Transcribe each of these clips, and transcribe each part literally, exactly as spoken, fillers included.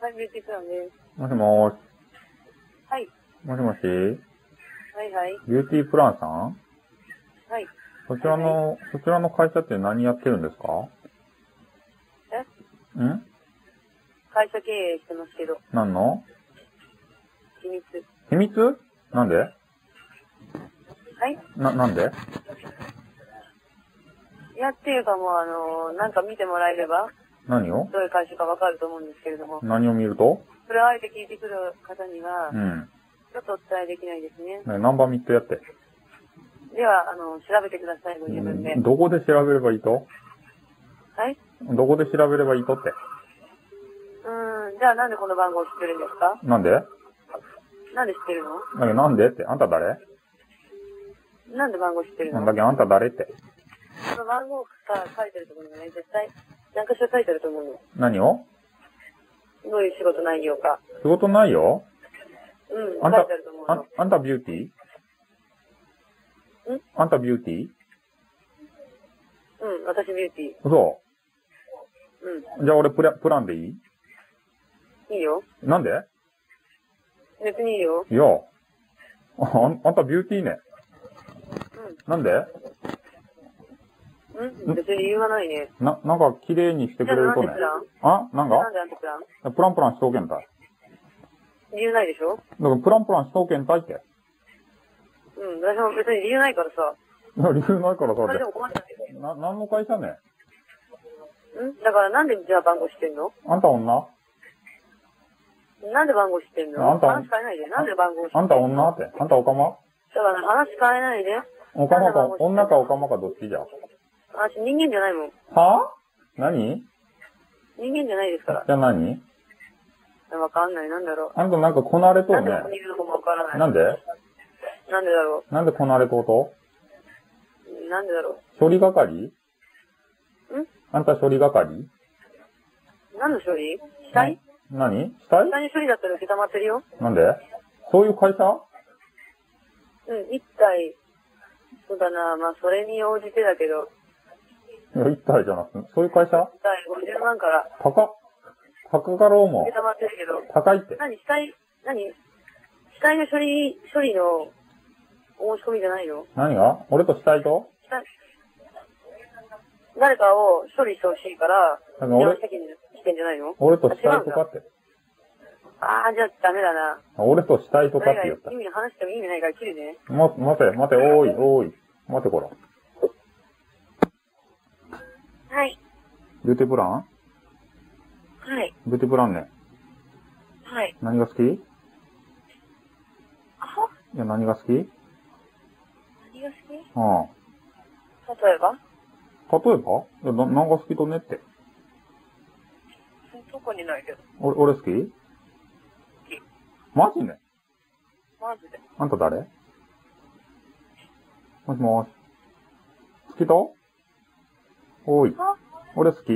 はい、ビューティープランです。 もしもーし。 はい。 もしもし。 はいはい。 ビューティープランさん？ はい。 そちらの、はいはい、そちらの会社って何やってるんですか？ え？ ん？ 会社経営してますけど。 何の？ 秘密。 秘密？なんで？ はい？ な、なんで？ いや、っていうかもうあのー、なんか見てもらえれば。 何を？ どういう会社かわかると思うんですけれども。 何を見ると？ それをあえて聞いてくる方には、 うん。 ちょっとお伝えできないですね。 ね、ナンバーミットやって。 では、あの、調べてください、ご自分で。 どこで調べればいいと？ はい？ どこで調べればいいとって。 うーん、じゃあなんでこの番号知ってるんですか？ なんで？ なんで知ってるの？ だけどなんでって、あんた誰？ なんで番号知ってるの？ だけどあんた誰って。 この番号が書いてるところにね、絶対、何かしら書いてると思うの。 何を？ どういう仕事内容か。 仕事内容？ うん、 あんた、 書いてあると思うの。 あ、あんたビューティー？ ん？ あんたビューティー？ うん、私ビューティー。 嘘？ うん。 じゃあ俺プラ、プランでいい？ いいよ。 なんで？ 別にいいよ。 いや。あ、あんたビューティーね。 うん。 なんで？ ん？別に理由はないね。 な、なんか綺麗にしてくれるとね。あ、なんかなんであんたプラン？ プランプランしとけんたい。 理由ないでしょ？ だからプランプランしとけんたいって。 うん、私も別に理由ないからさ。 いや、理由ないからさ。 それでも困っちゃってる。 な、何の会社ね？ ん？だからなんでじゃあ番号知ってんの？ あんた女？ なんで番号知ってんの？ あんた、 話変えないで。なんで番号知ってんの？ あんた女って。あんたオカマ？ だから話変えないで。 オカマか、女かオカマかどっちじゃ？ 私人間じゃないもん。 はぁ？何？ 人間じゃないですから。 じゃあ何？ わかんない。なんだろう。 あんたなんかこなれとうね。 なんでここにいるのかもわからない。 なんで？ なんでだろう。なんでこなれとうと？ なんでだろう。処理係？ ん？ あんた処理係？ 何の処理？死体？ 何？死体？ 死体の処理だったら受けたまってるよ。 なんで？そういう会社？ うん、一体。そうだな。まあ、それに応じてだけど。 いや、一体じゃなくて、そういう会社？ 一体ごじゅうまんから。 高っ。高かろうも。 受けたまってるけど。 高いって。 何？死体、何？死体の処理、処理のお申し込みじゃないの？ 何が？俺と死体と？ 死体、誰かを処理してほしいから、 なんか俺、 責任してんじゃないの？ 俺と死体とかって。 ああ、じゃあダメだな。 俺と死体とかって言った。 意味話しても意味ないから切るね。 も、待て、待て、おーい、おーい。待てこら。 はい。 ビューティープラン？ はい。 ビューティープランね。 はい。 何が好き？いや、何が好き？ 何が好き？ ああ。例えば？ 例えば？いや、な、何が好きとねって。 特にないけど。 俺、俺好き？好き。マジね？ マジで。 あんた誰？もしもーし。好きと？おい。俺好き？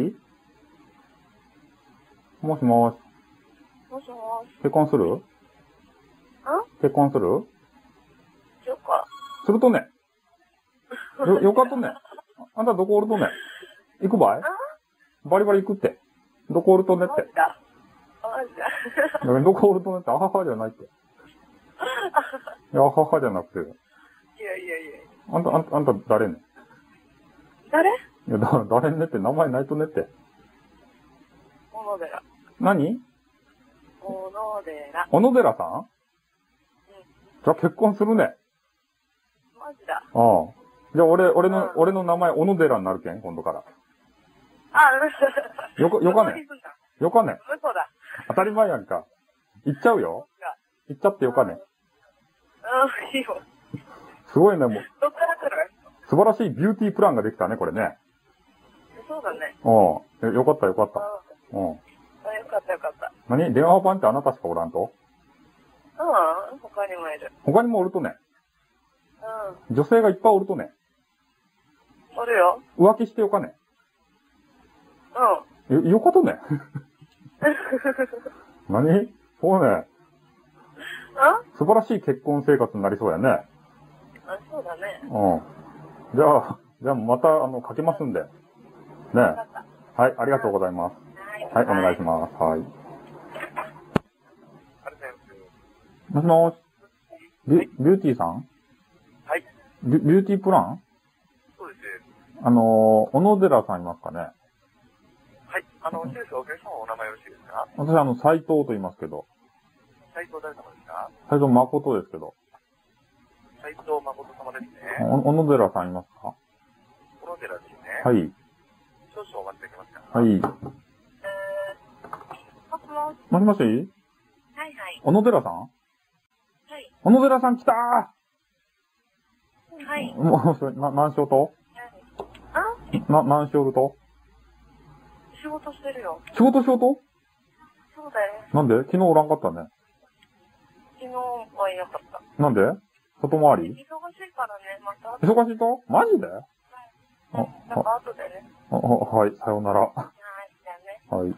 もしもーし。 もしもーし。 結婚する？ ん？ 結婚する？ しよっか。 するとね。よ、よかっとね。あんたどこおるとね。行くばい？バリバリ行くって。どこおるとねって。 マジだ。マジだ。 だからどこおるとねって、あははじゃないって。いや、あははじゃなくて。 いやいやいや。 あんた、あんた、あんた誰ね？ 誰？ いや、だ、誰ねって名前ないとねって。 小野寺。 何？ 小野寺。 小野寺さん？うん。じゃあ結婚するね。 マジだ。 ああ。じゃあ俺、俺の、 うん、 俺の名前小野寺になるけん、今度から。 あ、 よか、よかね。よかね。 嘘だ。 当たり前やんか。行っちゃうよ。行っちゃってよかね。 うん、いいよ。 すごいね、もう。 どっから来る？ 素晴らしいビューティープランができたね、これね。 そうだね。 うん。よかったよかった。うん。 あ、よかったよかった。 何？電話番ってあなたしかおらんと？ うん、他にもいる。 他にもおるとね。 うん。 女性がいっぱいおるとね。 おるよ。 浮気してよかね。 うん。 よ、よかとね。何？そうね。 あ？ 素晴らしい結婚生活になりそうやね。 あ、そうだね。 うん。じゃあ、じゃあまた、あの、かけますんで。ね。はい、ありがとうございます。はい、お願いします。はい。 もしもーし。ビュ、ビューティーさんはい。 ビュ、ビューティープランそうです。 あのー、小野寺さんいますかね？ はい。あの、シュースお客様お名前よろしいですか？ 私、あの、斎藤と言いますけど。 斉藤誰様ですか？ 斎藤誠ですけど。 斉藤誠様ですね。 お小野寺さんいますか？ 小野寺ですね。 はい。 少々お待ちできますか？ はい。もしもし？ はいはい。 小野寺さん？ はい。 小野寺さん来たーはい。 もう、それ、な、何しようとあな、何しよると仕事してるよ。 仕事しようとそうだよ。 なんで昨日おらんかったね。 昨日はいなかった。 なんで外回り忙しいからね、また。 忙しいとマジであ、 なんか後でね。 あ、はい、さようなら。 はい、じゃあね。 はい。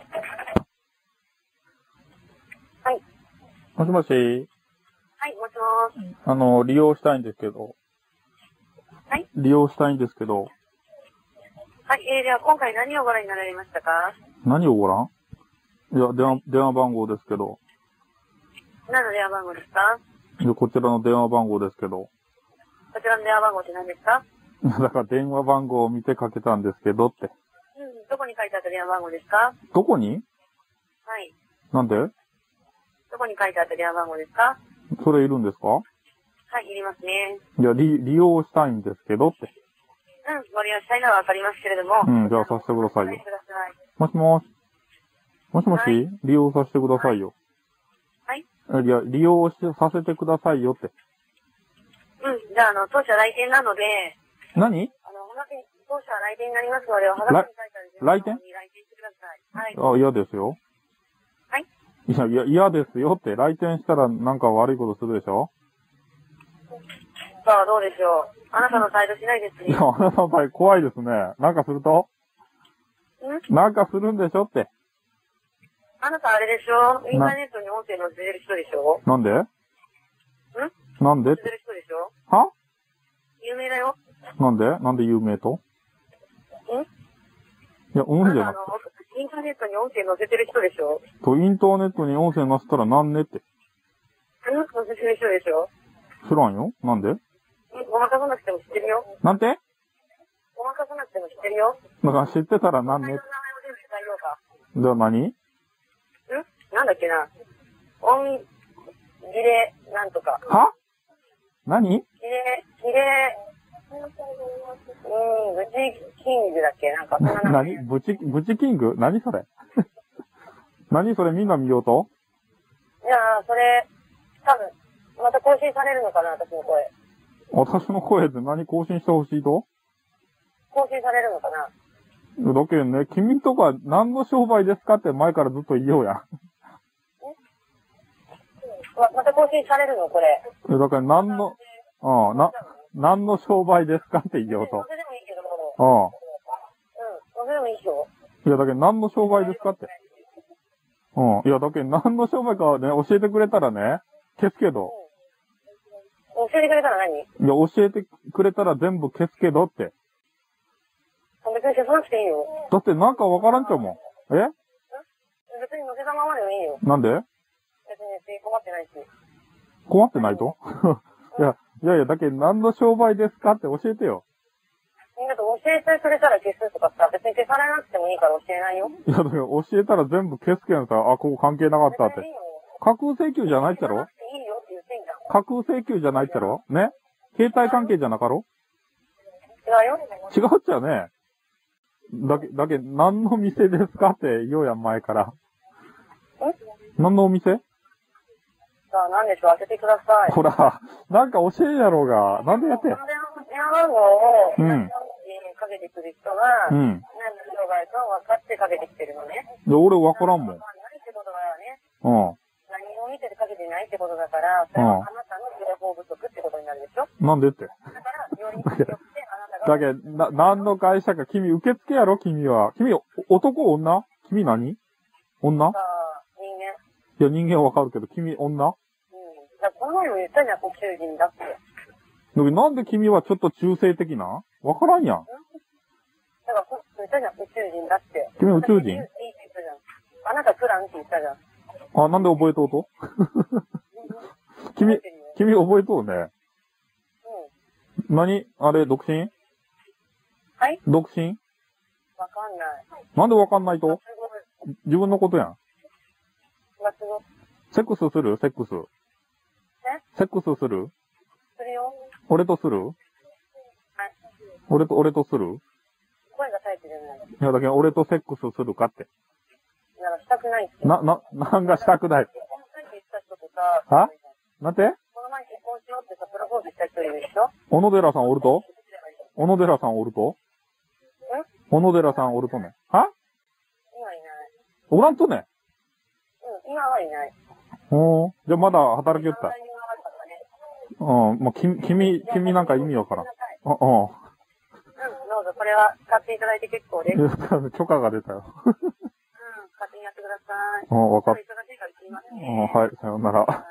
はい。 もしもしはい、もしもーし。 あの、利用したいんですけど。 はい利用したいんですけど。 はい、えー、では今回何をご覧になられましたか？ 何をご覧いや、電話、電話番号ですけど。 何の電話番号ですか？ で、こちらの電話番号ですけど。 こちらの電話番号って何ですか？ だから電話番号を見てかけたんですけどって。 うん、どこに書いてあった電話番号ですか？ どこにはい。 なんでどこに書いてあった電話番号ですか？ それいるんですかはい、いりますね。 いや、利、利用したいんですけどって。 うん、ご利用したいのはわかりますけれども。 うん、じゃあさせてくださいよお願ください。 もしもし。もしもし、 はい、 利用させてくださいよ。 はい。 いや、利用し、させてくださいよって。 うん、じゃあ、あの、当社来店なので、 何あの、おはがき、当社来店になりますので、おはがきに書いてある電話番号に来店してください。はい。 あ、嫌ですよ。 はい。 いや、いや、嫌ですよって。来店したらなんか悪いことするでしょさあ、どうでしょう。あなたの態度しないですね。 いや、あなたの場合怖いですね。なんかするとんなんかするんでしょって。 あなたあれでしょ？インターネットに音声載せてる人でしょ？ なんでんなんで載せてる人でしょ？ は有名だよ。 なんでなんで有名とんいや、うんじゃなくあなたあの、インターネットに音声載せてる人でしょ？ て。と、インターネットに音声載せたらなんねって。 ん載せてる人でしょ？ 知らんよなんでんごまかさなくても知ってるよ。 なんてごまかさなくても知ってるよ。 だから知ってたらなんねっ名前を全部伝えようか。 て。じゃあ何んなんだっけな。音、儀礼、なんとか。 は何儀礼、儀礼、うーん、ブチキングだっけなんかそんな名前。 何ブチ、ブチキング何それ何それみんな見ようといやー、それ、多分、また更新されるのかな、私の声。 私の声で何更新してほしいと更新されるのかな。 だけどね、君とか何の商売ですかって前からずっと言おうや。 ま、また更新されるのこれ。 だから何の、うん、な、何の商売ですかって言おうと。 それでもいいけど、 うん。 うん、それでもいいでしょ。 いや、だけど何の商売ですかって。うん。いや、だけど何の商売かね、教えてくれたらね、消すけど。 教えてくれたら何？ いや、教えてくれたら全部消すけどって。 別に消さなくていいよ。 だってなんかわからんちゃうもん。え別に載せたままでもいいよ。 なんで別に困ってないし。 困ってないといや、いやいや、だけど何の商売ですかって教えてよ。 だって教えてくれたら消すとかさ、別に消されなくてもいいから教えないよ。 いや、だから教えたら全部消すけんさ、あ、ここ関係なかったって。架空請求じゃないっちゃろいいよって言ってんじゃん。 架空請求じゃないっちゃろね携帯関係じゃなかろ違うよ。 違うっちゃね。だけ、だけ、何の店ですかって言おうやん、前から。 ん何のお店さあ、何でしょう、当ててください。 ほら、なんか教えやろうが。なんでやってんこの電話番号を、 うんかけてくる人が、 うん。 何の商売か分かってかけてきてるのね。 で、俺わからんもん。 ないってことだよね。 うん。 何を見ててかけてないってことだから、それはあなたの情報不足ってことになるでしょ。 なんでって。 だから、よりによってあなたが、 だけど、な、何の会社か、君受付やろ君は。君、お男女君何女さあ、人間。 いや、人間わかるけど、君女うん。だからこの前も言ったじゃん、宇宙人だって。 だけどなんで君はちょっと中性的なわからんやん。 だからこ、言ったじゃん、宇宙人だって。 君宇宙人いいって言ったじゃん。あなたプランって言ったじゃん。 あ、なんで覚えとうと君、君覚えとうね。 うん。 何あれ、独身はい独身わかんない。 なんでわかんないとすごい。 自分のことやん。 わすごい。 セックスするセックス。 えセックスするするよ。 俺とするはい。 俺と、俺とする声が冴えてるんだよ。 いや、だけど俺とセックスするかって。 なんかしたくないって。 な、な、なんがしたくない。 結婚したいって言った人とさ、 はなんてこの前結婚しようってさ、プロポーズした人いるでしょ小野寺さんおると小野寺さんおるとん小野寺さんおるとね。は今いない。 おらんとね。 うん、今はいない。 ほー。じゃあまだ働きよった。 タイミングが悪かったね。 うん、もう君、君、君なんか意味わからん。あ、うん。 うん、どうぞ、これは買っていただいて結構です。うん、 許可が出たよ。 勝手にやってください。 うん、わかっ忙しいからすいませんた。 ね。 うん、はい、さようなら。